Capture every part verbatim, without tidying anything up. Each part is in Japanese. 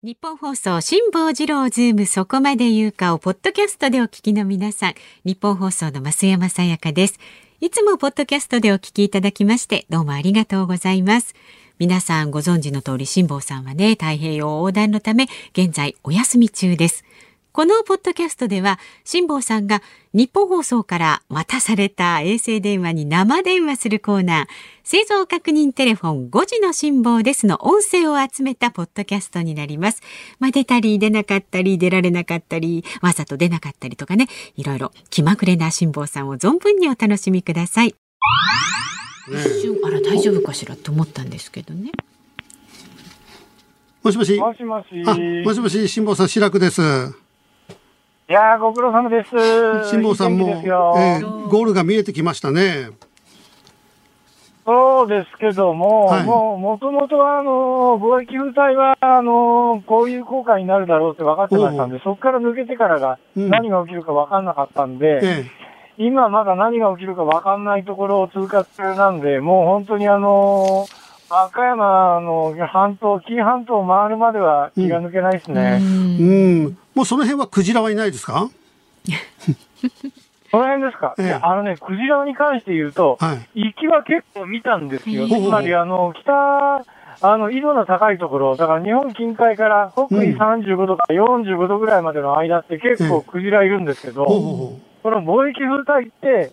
日本放送辛坊治郎ズームそこまで言うかをポッドキャストでお聞きの皆さん、日本放送の増山さやかです。いつもポッドキャストでお聞きいただきましてどうもありがとうございます。皆さんご存知の通り辛坊さんはね、太平洋横断のため現在お休み中です。このポッドキャストでは辛坊さんが日本放送から渡された衛星電話に生電話するコーナー、製造確認テレフォンごじの辛坊ですの音声を集めたポッドキャストになります。まあ、出たり出なかったり出られなかったりわざと出なかったりとかね、いろいろ気まぐれな辛坊さんを存分にお楽しみください。一瞬あら大丈夫かしらと思ったんですけどね。 もしもし。 もしもし。 あ、もしもし、辛坊さん、志らくです。 いやー、ご苦労様です。 辛坊さんも、えー、ゴールが見えてきましたね。 そうですけども、 はい、 もう、もともとは、あの、貿易部隊は、あの、こういう効果になるだろうって分かってましたんで、そこから抜けてからが、何が起きるか分かんなかったんで、うんええ、今まだ何が起きるか分かんないところを通過中なんで、もう本当にあの、和歌山の半島、紀伊半島を回るまでは気が抜けないですね。 うん。うんもうその辺はクジラはいないですか？ その辺ですか、ええ、あのね、クジラに関して言うと、はい、行きは結構見たんですよ。つまり、あの、北、あの、緯度の高いところ、だから日本近海から北緯さんじゅうごどからよんじゅうごどぐらいまでの間って結構クジラいるんですけど、ええ、この貿易風帯って、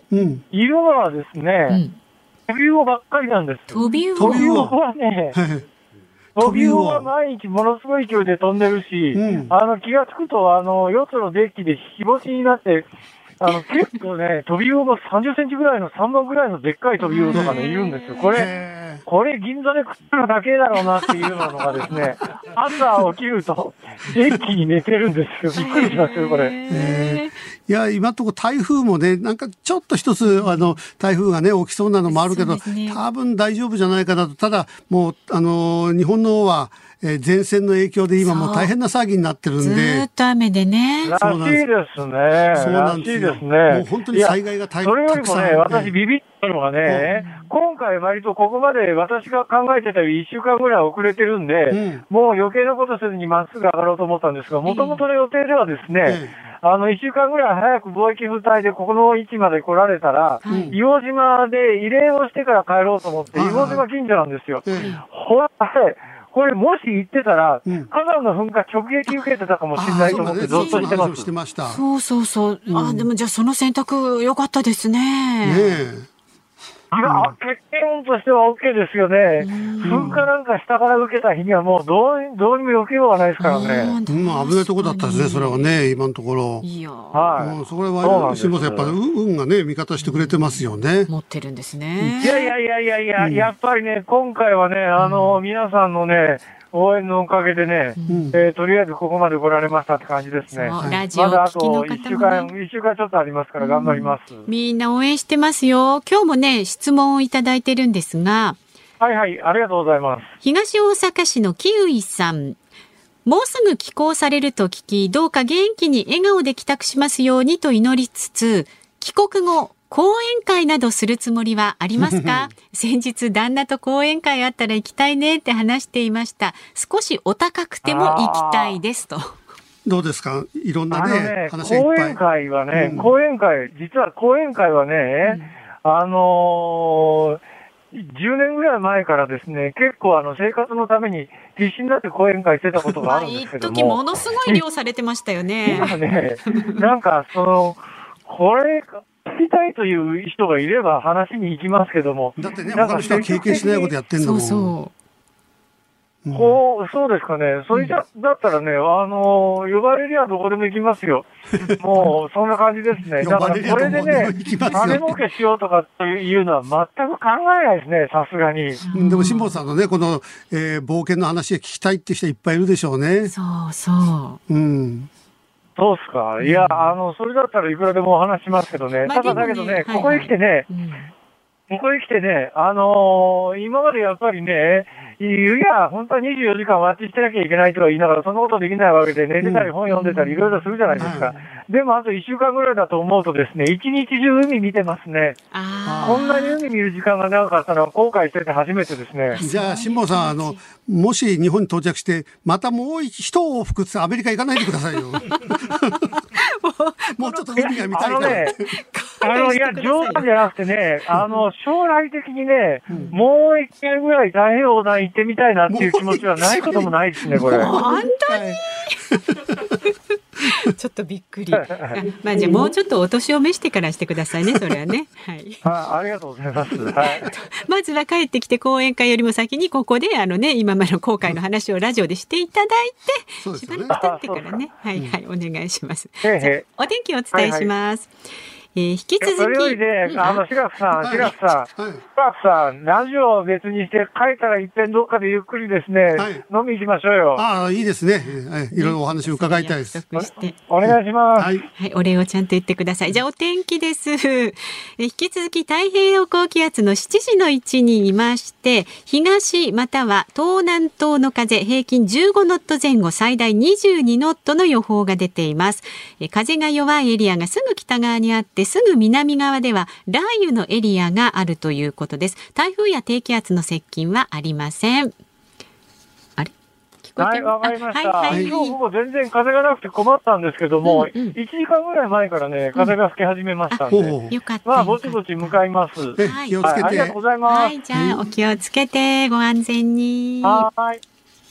いるのはですね、うん、トビウオばっかりなんですよ。 トビウオトビウオはね、トビウオは毎日ものすごい勢いで飛んでるし、うん、あの気がつくと、あの、よそのデッキで日干しになって、あの、結構ね、トビウオがさんじゅっセンチぐらいのさんばんぐらいのでっかいトビウオとかね、いるんですよ。これ、これ銀座で食ってるだけだろうなっていうのがですね、朝起きると、デッキに寝てるんですよ。びっくりしますよ、これ。 いや、今のところ台風もね、なんかちょっと一つ、あの、台風がね、起きそうなのもあるけど、ね、多分大丈夫じゃないかなと。ただ、もう、あの、日本の方は、えー、前線の影響で今もう大変な騒ぎになってるんで。 ずっと雨でね。 らしいですね。 そうなんですよ。 らしいですね。 もう本当に災害が大変。 それよりもね、私ビビったのがね、うん、今回割とここまで私が考えてたよりいっしゅうかんぐらい遅れてるんで、うん、もう余計なことせずにまっすぐ上がろうと思ったんですが、もともとの予定ではですね、うん、あの、いっしゅうかんぐらい早く貿易部隊でここの位置まで来られたら、うん、硫黄島で慰霊をしてから帰ろうと思って、硫黄島近所なんですよ。うん、ほら、これもし行ってたら、うん、火山の噴火直撃受けてたかもしれないと思ってずっとしてます。 してました。 そうそうそう。うん、あ、でもじゃあその選択良かったですね。ねえ。いや、結論としては OK ですよね。噴火なんか下から受けた日にはもうどうに、どうにも避けようがないですからね。 うん、危ないとこだったですね、それはね、今のところ。 いや、 はい。 うん、それは、すみません、やっぱり運がね、味方してくれてますよね。 持ってるんですね。 いやいやいやいやいや、うん、やっぱりね、今回はね、あの、うん、皆さんのね、応援のおかげでね、うん、えー、とりあえずここまで来られましたって感じですね。 ラジオ聞きの方も、ね、 まだあといっしゅうかん、いっしゅうかんちょっとありますから頑張ります、 うん。みんな応援してますよ。今日もね、質問をいただいてるんですが。 はいはい、ありがとうございます。 東大阪市のキウイさん。もうすぐ帰港されると聞き、どうか元気に笑顔で帰宅しますようにと祈りつつ、帰国後、講演会などするつもりはありますか？先日旦那と講演会あったら行きたいねって話していました。少しお高くても行きたいですと。 どうですか？いろんな ね, ね話がいっぱい。 講演会はね、 うん、 講演会、実は講演会はね、うん、あのー、じゅうねんぐらい前からですね、結構あの生活のために必死になって講演会してたことがあるんですけども。 一時ものすごい量されてましたよね。 今ね、なんかその、これ、聞きたいという人がいれば話に行きますけども。 だってね、他の人は経験しないことやってんだもん。 そうそう。 うん、こう、そうですかね。それじゃ、だったらね、あの、呼ばれりゃどこでも行きますよ。もう、そんな感じですね。だからこれでね、金儲けしようとかっていうのは全く考えないですね、さすがに。 でも、辛坊さんのね、この、えー、冒険の話が聞きたいって人いっぱいいるでしょうね。 そうそう。 うん。 そうっすか。いや、あの、それだったらいくらでもお話しますけどね。まあ、ただだけどね、はいはい、ここへ来てね、うん、 ここへ来てね、あのー、今までやっぱりね、いや、本当はにじゅうよじかんワッチしてなきゃいけないとか言いながら、そんなことできないわけで、寝てたり本読んでたりいろいろするじゃないですか。でもあといっしゅうかんぐらいだと思うとですね、一日中海見てますね。あこんなに海見る時間が長かったのは後悔してて初めてですね。 じゃあ、辛坊さん、あの、もし日本に到着して、またもう一往復ってアメリカ行かないでくださいよ。もうちょっと海が見たいから。あのね、 あの、いや、冗談じゃなくてね、あの、将来的にね、うん、もう一回ぐらい太平洋横断行ってみたいなっていう気持ちはないこともないですね、これ。 本当にちょっとびっくり。まあじゃあもうちょっとお年を召してからしてくださいね、それはね。はい。 あ、ありがとうございます。はい。 まずは帰ってきて講演会よりも先にここであのね、今までの航海の話をラジオでしていただいて、しばらく経ってからね、はいはい、お願いします。じゃあお天気をお伝えします。はいはいえー、引き続き。それよりね、あの、白くさん、白くさん、白くさん、ラジオを別にして帰ったら一遍どっかでゆっくりですね、はい、飲み行きましょうよ。 ああ、いいですね。はい、いろいろお話を伺いたいです。 お願いします、 はい。はい、お礼をちゃんと言ってください。じゃあお天気です。え引き続き太平洋高気圧のしちじの位置にいまして、東または東南東の風、平均じゅうごノット前後、最大にじゅうにノットの予報が出ています。え風が弱いエリアがすぐ北側にあって、すぐ南側では雷雨のエリアがあるということです。台風や低気圧の接近はありません。あれ聞こえてます？ はい、わかりました。はいはい、今日も全然風がなくて困ったんですけども、うんうん、いちじかんぐらい前からね、風が吹き始めましたんで、うん、よかった。まあ、ぼちぼち向かいます。 はい、気をつけて、はい。ありがとうございます。 はい、じゃあ、お気をつけて、ご安全に。 はい。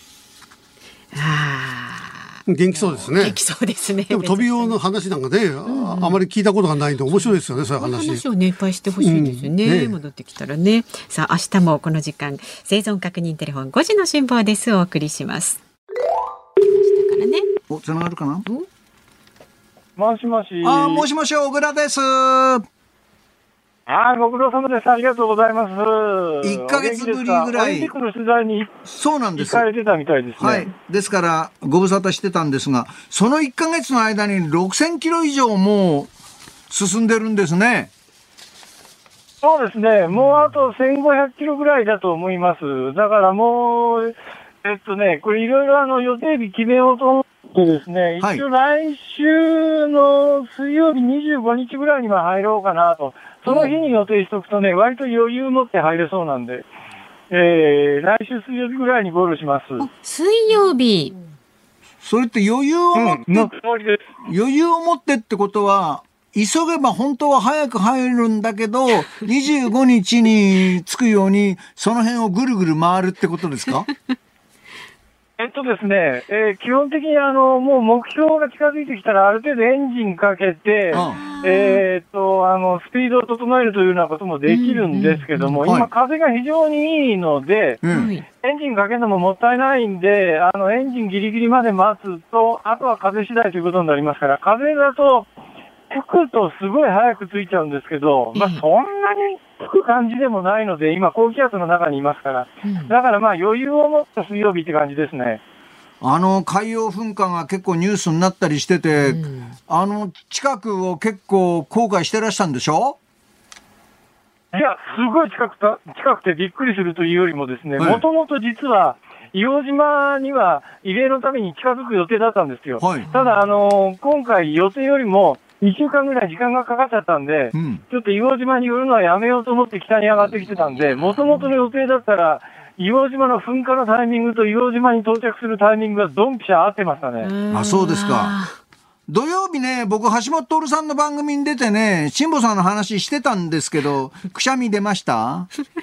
は元気そうですね。 元気そうですね。 でも飛び用の話なんかね、うんうん、あまり聞いたことがないんで面白いですよね、そういう話。 話をねいっぱいしてほしいですよね。うんね戻ってきたらね。さあ明日もこの時間生存確認テレフォンごじの辛抱です。お送りします。明日からね。 おつながるかな。 もしもし。 あもしもし小倉です。 ああ、ご苦労様です。ありがとうございます。 いっかげつぶりぐらい。 オリンピックの取材にそうなんです。 行かれてたみたいですね。 はい。ですから、ご無沙汰してたんですが、そのいっかげつの間にろくせんキロ以上もう進んでるんですね。 そうですね。もうあとせんごひゃくキロぐらいだと思います。だからもう、えっとね、これいろいろあの予定日決めようと思ってですね、はい、一応来週の水曜日にじゅうごにちぐらいには入ろうかなと。その日に予定しとくとね、割と余裕持って入れそうなんで、えー、来週水曜日ぐらいにゴールします。 水曜日。 それって余裕を持って、うん、 のつもりです。 余裕を持ってってことは、急げば本当は早く入るんだけど、にじゅうごにちに着くように、その辺をぐるぐる回るってことですか？ えっとですね、えー、基本的にあの、もう目標が近づいてきたらある程度エンジンかけて、えっと、あの、スピードを整えるというようなこともできるんですけども、うんうん、今風が非常にいいので、うん、エンジンかけるのももったいないんで、あの、エンジンギリギリまで待つと、あとは風次第ということになりますから、風だと、吹くとすごい早くついちゃうんですけど、まあそんなに吹く感じでもないので、今高気圧の中にいますから、うん、だからまあ余裕を持った水曜日って感じですね。 あの海洋噴火が結構ニュースになったりしてて、うん、あの近くを結構航海してらっしゃるんでしょ？ いや、すごい近くた、近くてびっくりするというよりもですね、もともと実は、硫黄島には慰霊のために近づく予定だったんですよ。はい、ただ、あのー、今回予定よりもいっしゅうかんぐらい時間がかかっちゃったんで、うん、ちょっと硫黄島に寄るのはやめようと思って北に上がってきてたんで、もともとの予定だったら、硫黄島の噴火のタイミングと硫黄島に到着するタイミングがドンピシャ合ってましたね。 あ、そうですか。土曜日ね、僕、橋本徹さんの番組に出てね、辛坊さんの話してたんですけど、くしゃみ出ました？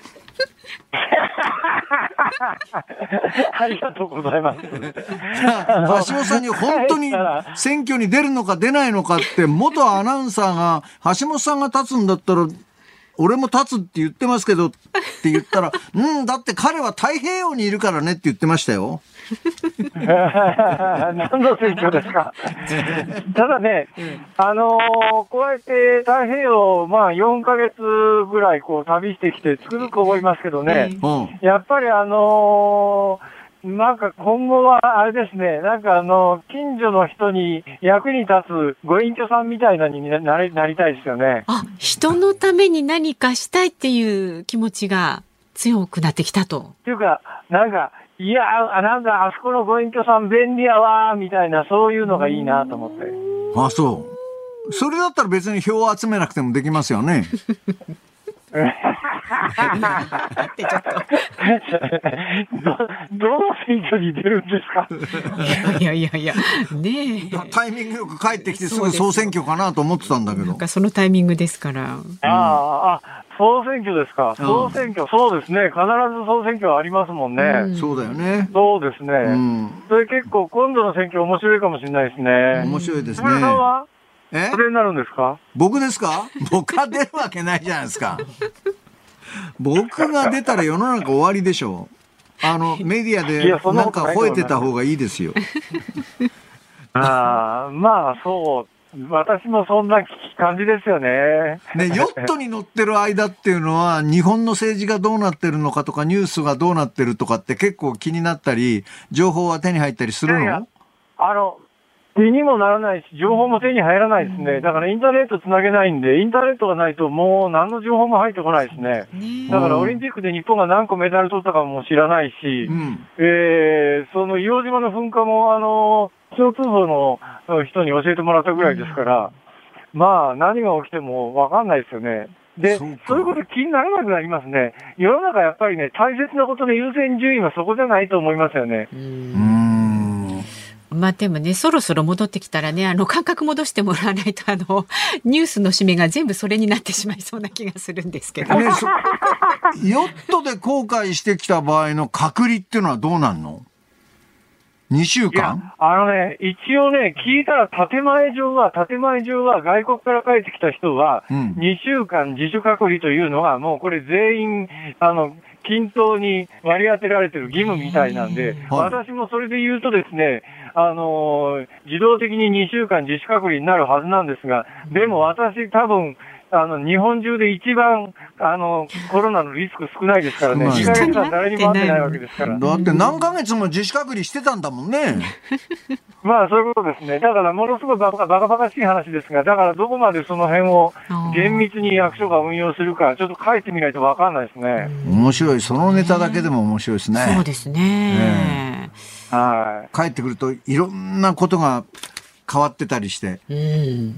ありがとうございます。 橋本さんに本当に選挙に出るのか出ないのかって元アナウンサーが橋本さんが立つんだったら俺も立つって言ってますけどって言ったらうんだって彼は太平洋にいるからねって言ってましたよ。 何の選挙ですか。ただね、あのー、こうやって太平洋、まあよんかげつぐらいこう旅してきてつくづく思いますけどね、うん、やっぱりあのー、 なんか今後はあれですね、なんかあの、近所の人に役に立つご隠居さんみたいなになり、なりたいですよね。 あ、人のために何かしたいっていう気持ちが強くなってきたと。 っていうか、なんか、いや、なんだ、あそこのご隠居さん便利やわ、みたいな、そういうのがいいなと思って。 あ、そう。それだったら別に票を集めなくてもできますよね。 ってちょっとど, どの選挙に出るんですか。 いやいやいやねえ、 タイミングよく帰ってきてすぐ総選挙かなと思ってたんだけど、 なんかそのタイミングですから。 ああ、あ、総選挙ですか。総選挙、そうですね。必ず総選挙はありますもんね。 うん、そうだよね。 そうですね。 うん、 それ結構今度の選挙面白いかもしれないですね。 面白いですね。 木村さんはえそれになるんですか？ 僕ですか？僕は出るわけないじゃないですか。僕が出たら世の中終わりでしょう。あのメディアでなんか吠えてた方がいいですよ。 ああ、まあそう。私もそんな感じですよね。 ね、ヨットに乗ってる間っていうのは日本の政治がどうなってるのかとかニュースがどうなってるとかって結構気になったり情報は手に入ったりするの？ いやいや、あの気にもならないし情報も手に入らないですね。だからインターネットつなげないんで、インターネットがないともう何の情報も入ってこないですね。だからオリンピックで日本が何個メダル取ったかも知らないし、うん、えー、その硫黄島の噴火もあの気象通報の人に教えてもらったぐらいですから、うん、まあ何が起きても分かんないですよね。で、そう、そういうこと気にならなくなりますね。世の中やっぱりね、大切なことで優先順位はそこじゃないと思いますよね。 うーん、まあでもね、そろそろ戻ってきたらね、あの感覚戻してもらわないと、あのニュースの締めが全部それになってしまいそうな気がするんですけど、ね、 ヨットで航海してきた場合の隔離っていうのはどうなんの？にしゅうかん？ あのね、一応ね、聞いたら建前上は、建前上は外国から帰ってきた人は、にしゅうかん自主隔離というのは、もうこれ全員、あの、均等に割り当てられてる義務みたいなんで、はい、私もそれで言うとですね、あのー、自動的ににしゅうかん自主隔離になるはずなんですが、でも私多分、あの、日本中で一番、あの、コロナのリスク少ないですからね。にかげつは誰にも会ってないわけですから。 だって何ヶ月も自主隔離してたんだもんね。 まあ、そういうことですね。だから、ものすごいバカバカバカしい話ですが、だからどこまでその辺を厳密に役所が運用するか、ちょっと書いてみないとわかんないですね。 面白い。そのネタだけでも面白いですね。 そうですね。ね、 はい。 帰ってくるといろんなことが変わってたりして。 うん。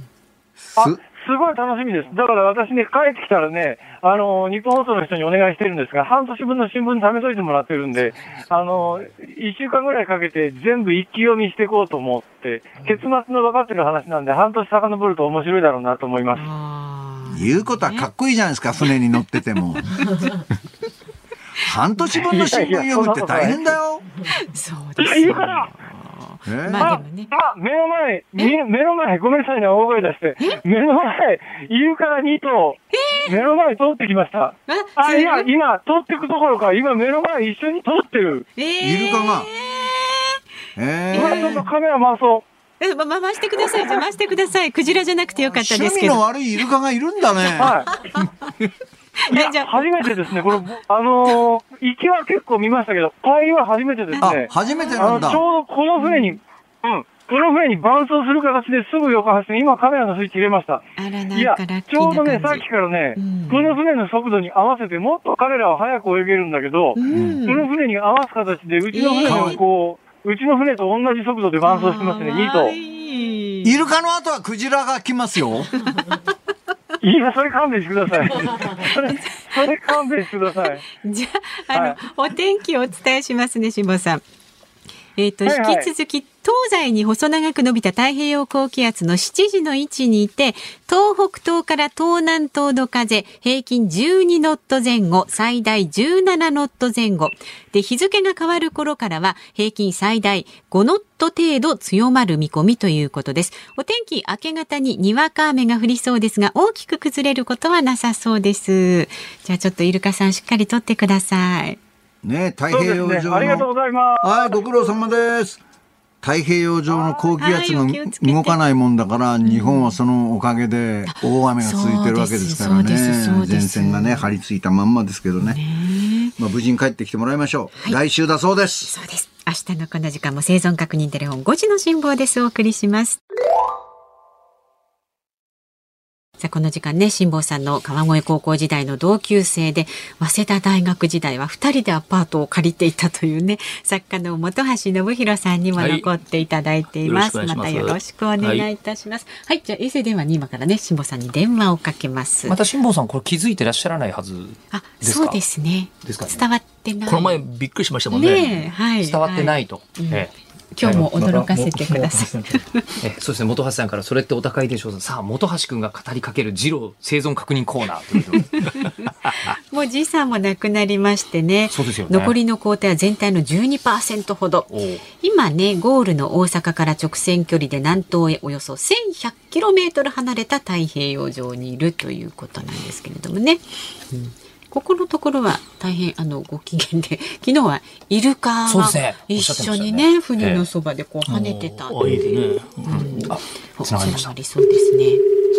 すすごい楽しみです。だから私ね、帰ってきたらね、あの、日本放送の人にお願いしてるんですが、半年分の新聞貯めといてもらってるんで、あの、いっしゅうかんぐらいかけて全部一気読みしていこうと思って、結末の分かってる話なんで、半年遡ると面白いだろうなと思います。 言うことはかっこいいじゃないですか、船に乗ってても。半年分の新聞読むって大変だよ。 そうですよ。 えー、まあでもね、あ、目の前、目の前、ごめんなさいね、大声出して。目の前、イルカがに頭、目の前通ってきました。あ、いや、今、通っていくところか、今、目の前一緒に通ってる。 えー、 イルカが。 えー、今ちょっとカメラ回そう。 え、ま、回してください、じゃ回してください。クジラじゃなくてよかったですけど。 趣味の悪いイルカがいるんだね。はい。 いや、じゃ初めてですね。これ、あのー、行きは結構見ましたけど、帰りは初めてですね。 あ、初めてなんだ。 ちょうどこの船に、うん、この船に伴走する形ですぐ横走って、今カメラのスイッチ入れました。 あら、なんかラッキーな感じ。 いや、ちょうどね、さっきからね、うん、この船の速度に合わせて、もっとカメラは速く泳げるんだけど、うん、この船に合わす形で、うちの船をこう、えー、うちの船と同じ速度で伴走してますね、に頭。 イルカの後はクジラが来ますよ。 いや、それ勘弁してください。それ、それ勘弁してください。 じゃあ、あの、はい、お天気をお伝えしますね、下さん。えっと、はいはい、引き続き、東西に細長く伸びた太平洋高気圧のしちじの位置にいて、東北東から東南東の風、平均じゅうにノット前後、最大じゅうななノット前後。で、日付が変わる頃からは、平均最大ごノット程度強まる見込みということです。お天気、明け方ににわか雨が降りそうですが、大きく崩れることはなさそうです。じゃあちょっとイルカさんしっかり撮ってください。 ね、太平洋上の、 ね、ありがとうございます。 はい、ご苦労様です。 太平洋上の高気圧が動かないもんだから、日本はそのおかげで大雨が続いてるわけですからね。前線がね張り付いたまんまですけどね。まあ、無事に帰ってきてもらいましょう、はい、来週だそうです。 そうです。明日のこの時間も生存確認テレフォンごじの辛抱です。お送りします。さあこの時間ね、辛坊さんの川越高校時代の同級生で、早稲田大学時代はふたりでアパートを借りていたというね、作家の本橋信弘さんにも残っていただいています。はい、またよろしくお願いいたします。はい、はい、じゃあ衛星電話に今からね、辛坊さんに電話をかけます。 また辛坊さんこれ気づいてらっしゃらないはずですか？ あ、そうですね。ですかね。伝わってない。 この前びっくりしましたもんね。 ね、はい、 伝わってないと。はい、ええ、 今日も驚かせてください。 えそうですね、本橋さんからそれってお高いでしょう。さあ本橋くんが語りかける二郎生存確認コーナーもう時差もなくなりましてね。 そうですよね。 残りの工程は全体の じゅうにパーセント ほど。今ね、ゴールの大阪から直線距離で南東へおよそせんひゃくキロメートル離れた太平洋上にいるということなんですけれどもね。うん、ここのところは大変あのご機嫌で、昨日はイルカが一緒に ね, ね船のそばでこう跳ねてたっていう。 あ、つながりました。 そうですね。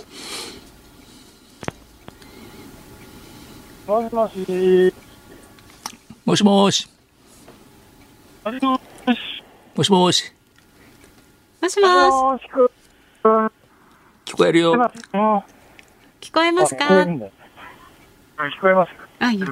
もしもし。 もしもし。 もしもし。 もしもし。 もしもし。 聞こえるよ。 聞こえますか？ 聞こえます。 あ、よかった。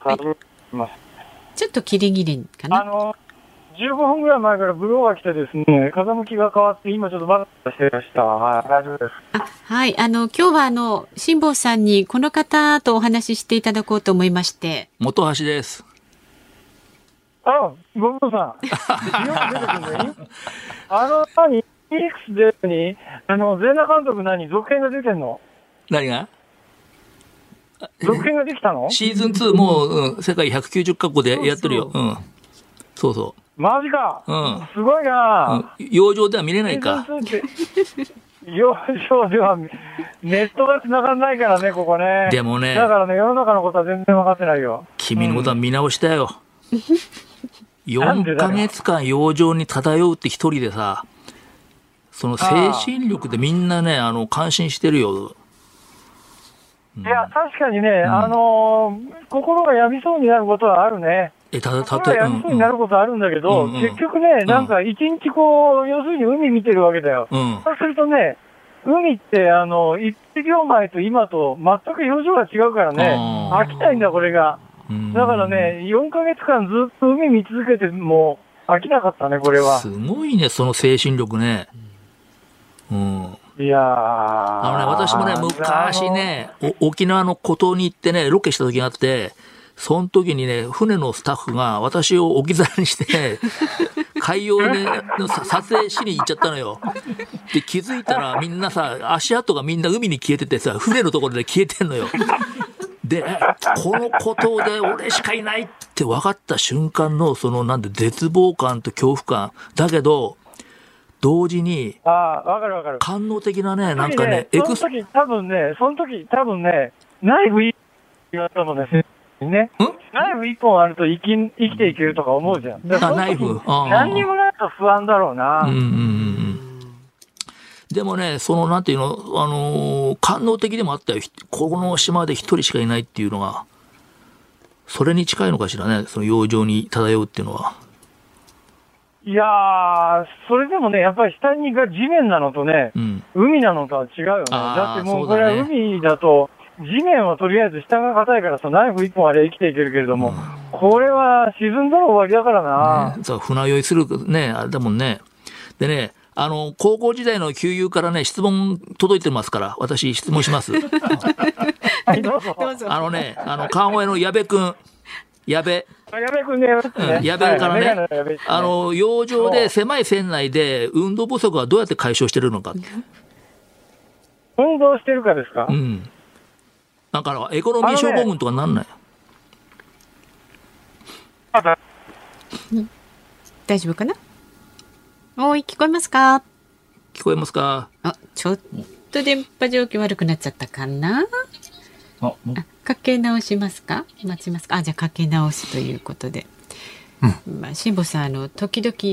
はい、ちょっとキリギリかな。 あのじゅうごふんぐらい前からブローが来てですね、風向きが変わって今ちょっとバタバタしてました。はい、大丈夫です。 あ、はい、あの今日はあの辛坊さんにこの方とお話ししていただこうと思いまして。 本橋です。 あ、ごぶさん。よく出てくるのに。あの何、イーエックス でにあの全裸監督何続編が出てんの？ 何が？ 続編ができたの？ シーズンツーもう、うん、世界ひゃくきゅうじゅっかこくでやってるよ。そうそう、うん、そうそう。 マジか。 うん。 すごいな。 うん、洋上では見れないか。 洋上ではネットが繋がらないからね、ここね。 でもね。 だからね、世の中のことは全然分かってないよ。 君のことは見直したよ。うん、よんかげつかん洋上に漂うって一人でさ、その精神力でみんなね、あの感心してるよ。 いや、確かにね、うん、あのー、心が病みそうになることはあるね。 え、ただ、た心が病みそうになることはあるんだけど、うんうん、結局ね、なんか一日こう、要するに海見てるわけだよ。うん、そうするとね、海って、あの、いちびょうまえと今と全く表情が違うからね、飽きないんだ、これが。だからね、よんかげつかんずっと海見続けても飽きなかったね、これは。 すごいね、その精神力ね。うん。 いやーあのね、私もね、昔ね、沖縄の孤島に行ってね、ロケした時があって、その時にね、船のスタッフが私を置き去りにして、海洋で撮影しに行っちゃったのよ。で、気づいたらみんなさ、足跡がみんな海に消えててさ、船のところで消えてんのよ。で、この孤島で俺しかいないって分かった瞬間の、そのなんで絶望感と恐怖感。だけど、同時に、 ああ、わかるわかる。 官能的なね、なんかね、エクス。その時、多分ね、その時、多分ね、ナイフ一本あったのですね。ナイフ一本あると生き、生きていけるとか思うじゃん。 あ、ナイフ。 何にもないと不安だろうな。 うんうんうん。でもね、その、なんていうの、あのー、官能的でもあったよ。ここの島で一人しかいないっていうのが、それに近いのかしらね、その洋上に漂うっていうのは。 いやー、それでもね、やっぱり下にが地面なのとね、うん、海なのとは違うよね。だってもうこれは海だと、地面はとりあえず下が硬いからさ、ナイフ一本あれ生きていけるけれども、うん、これは沈んだら終わりだからな。 ね、そう、船酔いするね、あれだもんね。でね、あの、高校時代の旧友からね、質問届いてますから、私質問します。 はい、どうぞ。 あのね、あの、川越の矢部くん。矢部。 矢部くんね、 矢部からね、はい、あの、洋上で狭い船内で運動不足はどうやって解消してるのか。 運動してるかですか？ うん。なんかエコノミー症候群とかなんない？ ね、大丈夫かな？おい、聞こえますか？ 聞こえますか？ あ、ちょっと電波状況悪くなっちゃったかな？あ、かけ直しますか？待ちますか？あ、じゃあかけ直すということで、うん、まあ辛坊さん、あの時々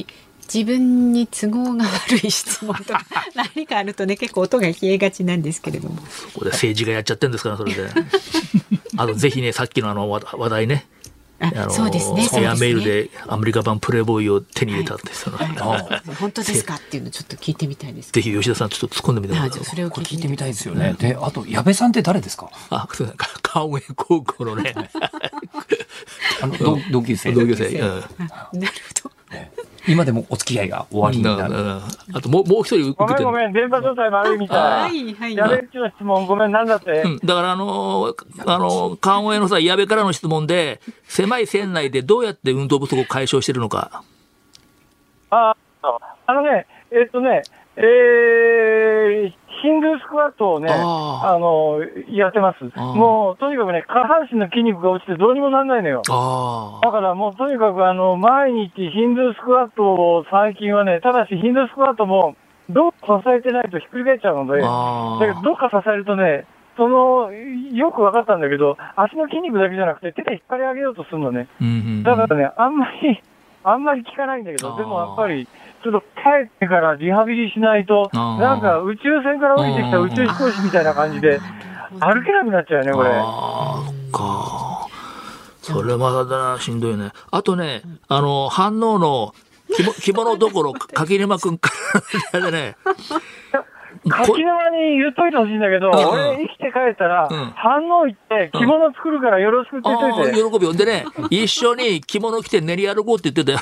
自分に都合が悪い質問とか何かあるとね結構音が消えがちなんですけれども、 そこで政治がやっちゃってるんですからそれであとぜひねさっきのあの話題ね、 ああのそうですね、 エアメールでアメリカ版プレイボーイを手に入れたんですよ、 はいはい、本当ですかっていうのちょっと聞いてみたいです。 ぜひ吉田さんちょっと突っ込んでみてください。 それを聞いてみたいですよね、うん、であと矢部さんって誰ですか？ あ、川越高校のねあの同同級生同級生、うん、 なるほど、 ね、今でもお付き合いが終わりになる。 あともうもう一人受けてる。 ごめんごめん電波状態悪いみたい。はいはい。矢部っちの質問ごめんなんだって。 うん、だからあのあの川越のさ矢部からの質問で狭い船内でどうやって運動不足を解消しているのか。 ああのねえっとねえー、ヒンドゥースクワットをね、ああの、やってます。もう、とにかくね、下半身の筋肉が落ちてどうにもならないのよ。あだからもう、とにかくあの、毎日ヒンドゥースクワットを最近はね、ただしヒンドゥースクワットも、どっか支えてないとひっくり返っちゃうので、だけどどっか支えるとね、その、よく分かったんだけど、足の筋肉だけじゃなくて手で引っ張り上げようとするのね。うんうんうん、だからね、あんまり、あんまり効かないんだけど、でもやっぱり、ちょっと帰ってからリハビリしないと、なんか宇宙船から降りてきた宇宙飛行士みたいな感じで、歩けなくなっちゃうよね、これ。 ああ、か。それまだな、しんどいね。あとね、あの、反応の着物どころ、柿沼くんからでね、 柿沼に言っといてほしいんだけど、俺生きて帰ったら、反応行って着物作るからよろしくって言っといて。 喜びよ。でね、一緒に着物着て練り歩こうって言ってたよ。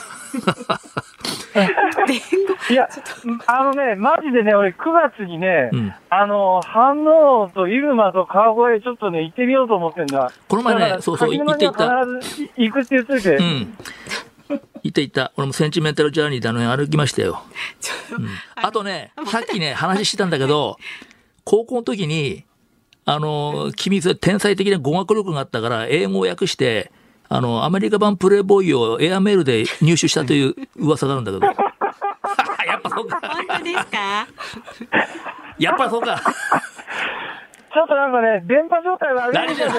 いや、あのね、マジでね、俺くがつにね、うん、あの、飯能と入間と川越ちょっとね、行ってみようと思ってんだ。 この前ね、そうそう、行って行った。 必ず行くって言っといて。うん。 行った行った。俺もセンチメンタルジャーニーであの辺歩きましたよ。うん、あとね、さっきね、話してたんだけど、高校の時に、あの、君、天才的な語学力があったから、英語を訳して、あの、アメリカ版プレイボーイをエアメールで入手したという噂があるんだけど。やっぱそうか。 本当ですか？ やっぱそうか。 ちょっとなんかね、電波状態悪いんですよ。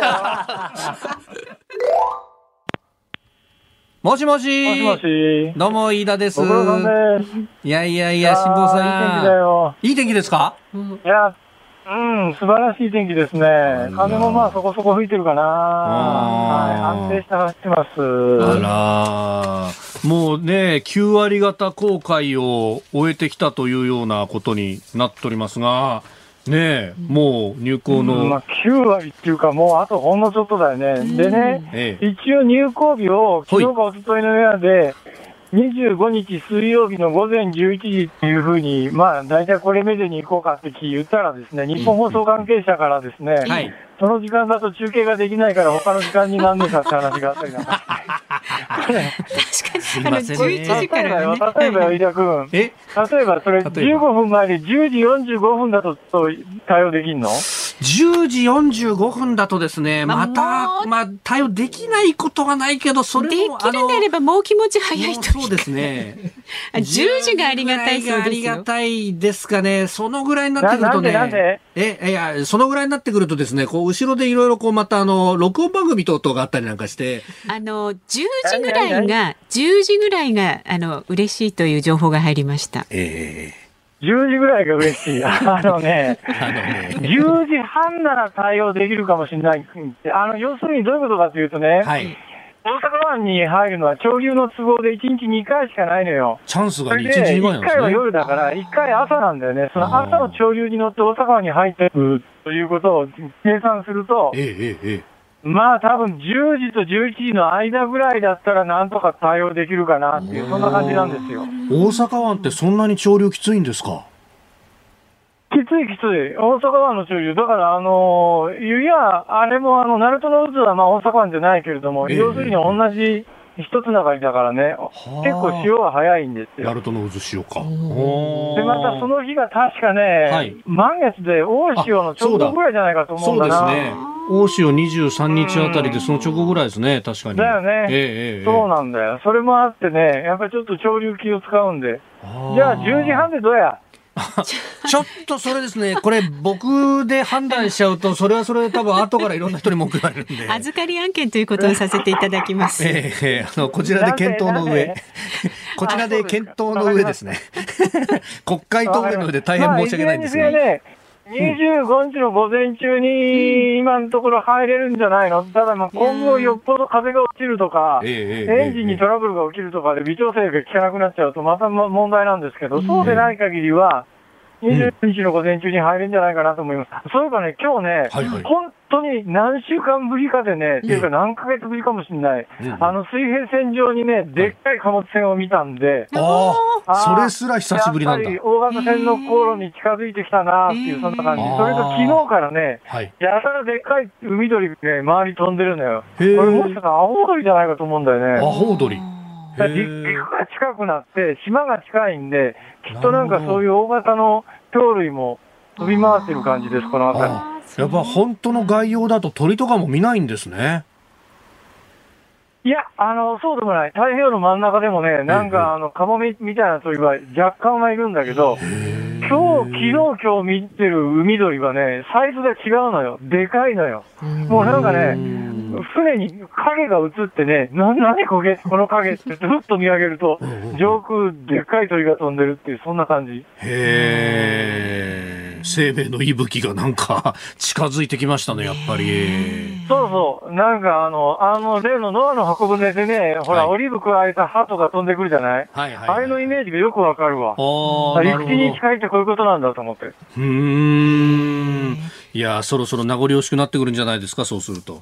もしもし。 もしもし。 どうも、飯田です。 ご苦労様です。 いやいやいや、辛坊さん。 いい天気だよ。 いい天気ですか？ いや、うん、素晴らしい天気ですね。風もまあそこそこ吹いてるかな。はい、安定して走ってます。 あら、もうね、きゅう割方航海を終えてきたというようなことになっておりますが、ねえ、もう入港の、 うんまあ、きゅう割っていうか、もうあとほんのちょっとだよね。でね、ええ、一応入港日を昨日かおとといのようで、にじゅうごにち水曜日の午前じゅういちじっていうふうに、まあ、大体これ目でに行こうかって言ったらですね、日本放送関係者からですね、はい、その時間だと中継ができないから他の時間になんねえかって話があったりなんか。 確かに、あの、じゅういちじからね。 例えば、飯田君。え例えば、それじゅうごふんまえでじゅうじよんじゅうごふんだと対応できんの？ じゅうじよんじゅうごふんだとですね、また、まあ、対応できないことはないけど、それも、 できるんであればもう気持ち早いというか。 そうですね。 じゅうじがありがたいそうですよ。 ありがたいですかね。そのぐらいになってくるとね。 なんでなんでえ、いや、そのぐらいになってくるとですね、こう、後ろでいろいろこう、またあの、録音番組等々があったりなんかして。 あの、じゅうじぐらいが、じゅうじぐらいが、あの、嬉しいという情報が入りました。 ええー。 じゅうじぐらいが嬉しい。あのね、あのねじゅうじはんなら対応できるかもしれない。あの、要するにどういうことかというとね、はい、大阪湾に入るのは潮流の都合でいちにちにかいしかないのよ。 チャンスがいちにちにかいなんですね。いっかいは夜だから、いっかい朝なんだよね。その朝の潮流に乗って大阪湾に入ってくるということを計算すると、 ええええまあ多分じゅうじとじゅういちじの間ぐらいだったらなんとか対応できるかなっていう、そんな感じなんですよ。 大阪湾ってそんなに潮流きついんですか？ きついきつい。大阪湾の潮流。だからあのー、いや、あれもあの、鳴門の渦はまあ大阪湾じゃないけれども、えー、要するに同じ一つながりだからね、結構潮は早いんですよ。 鳴門の渦潮か。 で、またその日が確かね、はい、満月で大潮の直後ぐらいじゃないかと思うんだな。 そうですね。大潮にじゅうさんにちあたりでその直後ぐらいですね、確かに。 だよね、 えーえー。 そうなんだよ。それもあってね、やっぱりちょっと潮流気を使うんで。じゃあじゅうじはんでどうや？ ちょっとそれですね、これ僕で判断しちゃうと、それはそれで多分後からいろんな人に文句言われるんで。 預かり案件ということにさせていただきます。 ええー、あのこちらで検討の上、こちらで検討の上ですね。国会答弁の上で大変申し訳ないんですが。 にじゅうごにちの午前中に今のところ入れるんじゃないの。ただまあ今後よっぽど風が落ちるとか、エンジンにトラブルが起きるとかで微調整が効かなくなっちゃうとまた問題なんですけど、そうでない限りはにじゅうにちの午前中に入るんじゃないかなと思います。そういえばね、今日ね、はいはい、本当に何週間ぶりかでね、っていうか何ヶ月ぶりかもしれない、あの水平線上にね、でっかい貨物船を見たんで、 ああ、それすら久しぶりなんだ。 やっぱり大型船の航路に近づいてきたなっていう、そんな感じ。それと昨日からね、はい、やたらでっかい海鳥がね、周り飛んでるのよ。これもしかしたらアホウドリじゃないかと思うんだよね。 アホウドリ。 陸が近くなって、島が近いんで、きっとなんかそういう大型の鳥類も飛び回ってる感じです、この辺り。 やっぱ本当の外洋だと鳥とかも見ないんですね。 いや、あの、そうでもない。太平洋の真ん中でもね、なんかあの、カモメみたいな鳥は若干はいるんだけど、今日、昨日今日見てる海鳥はね、サイズが違うのよ。でかいのよ。もうなんかね、船に影が映ってね、な、なにこれ、この影ってずっと見上げると、上空でっかい鳥が飛んでるっていう、そんな感じ。 へー。生命の息吹がなんか近づいてきましたね、やっぱり。 そうそう。なんかあの、あの、例のノアの箱舟でね、ほら、はい、オリーブ加えた鳩が飛んでくるじゃない、はいはいはい、あれのイメージがよくわかるわ。陸地に近いってこういうことなんだと思って。うーん。いや、そろそろ名残惜しくなってくるんじゃないですか、そうすると。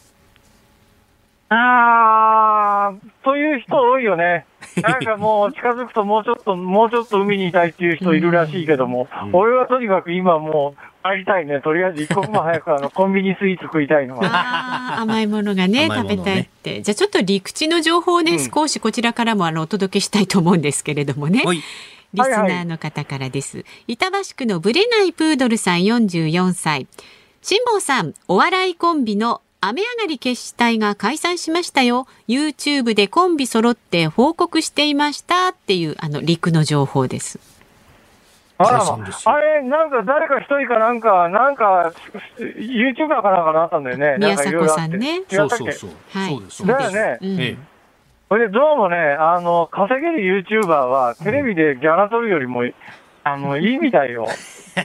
あー、という人多いよね。なんかもう近づくともうちょっと、もうちょっと海にいたいっていう人いるらしいけども、うん、俺はとにかく今もう帰りたいね。とりあえず一刻も早くあのコンビニスイーツ食いたいのが。 あ甘いものがね、食べたいって。じゃあちょっと陸地の情報をね、うん、少しこちらからもあのお届けしたいと思うんですけれどもね。リスナーの方からです。はいはい、板橋区のブレないプードルさんよんじゅうよんさい。辛坊さん、お笑いコンビの雨上がり決死隊が解散しましたよ。YouTube でコンビ揃って報告していましたっていうあの陸の情報です。 あら、あれなんか誰か一人かなんかなんか YouTuber かなんかなったんだよね。 宮迫さんね。 そうそうそう。 はい。 そうです。だよね。 うん、ええ。 それでどうもね、あの稼げる YouTuber はテレビでギャラ取るよりも、うん、あのいいみたいよ。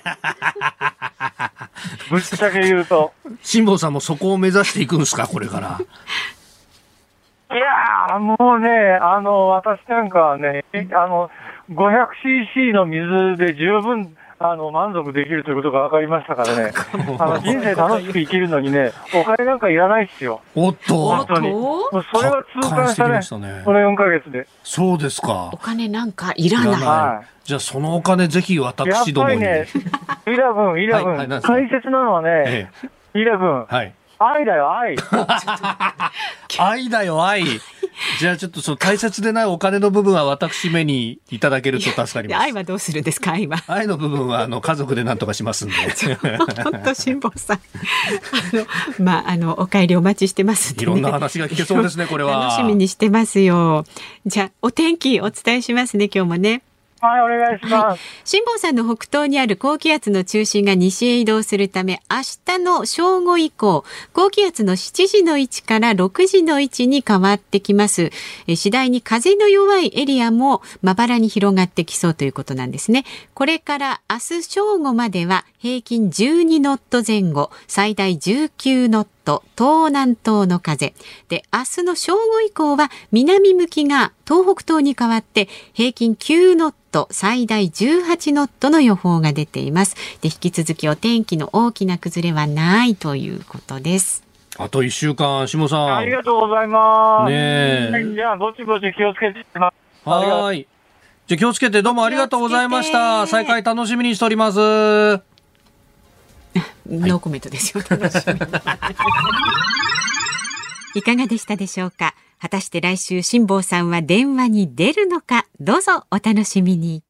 ぶっちゃけ言うと。 辛坊さんもそこを目指していくんですか、これから。 いやー、もうね、あの、私なんかはね、あの、ごひゃくシーシー の水で十分、あの、満足できるということが分かりましたからね。あの、人生楽しく生きるのにね、お金なんかいらないっすよ。 おっと。 本当に。もうそれは痛感したね。したねこのよんかげつで。 そうですか。 お金なんかいらない。 はい。じゃあそのお金ぜひ私どもに。 やっぱりね、イレブン、イレブン、はい、大切なのはね、ええ、イレブン、はい、愛だよ、愛。 愛だよ、愛。じゃあちょっとその大切でないお金の部分は私目にいただけると助かります。 愛はどうするんですか、愛は。 愛の部分はあの家族で何とかしますんで。 本当辛坊さん。あの、まあ、あの、お帰りお待ちしてますんで、ね。 いろんな話が聞けそうですね、これは。 楽しみにしてますよ。じゃあ、お天気お伝えしますね、今日もね。 はい、お願いします。 辛坊さんの北東にある高気圧の中心が西へ移動するため、明日の正午以降、高気圧のしちじの位置からろくじの位置に変わってきます。え次第に風の弱いエリアもまばらに広がってきそうということなんですね。これから明日正午までは平均じゅうにノット前後、最大じゅうきゅうノット、東南東の風で、明日の正午以降は南向きが東北東に変わって平均きゅうノット、最大じゅうはちノットの予報が出ています。で、引き続きお天気の大きな崩れはないということです。 あといっしゅうかん、下さんありがとうございます。 ねえ、 じゃあぼちぼち気をつけてます。 はい、じゃあ気をつけて、どうもありがとうございました。再開楽しみにしております。ノーコメントですよ。楽しみいかがでしたでしょうか。果たして来週辛坊さんは電話に出るのか、どうぞお楽しみに。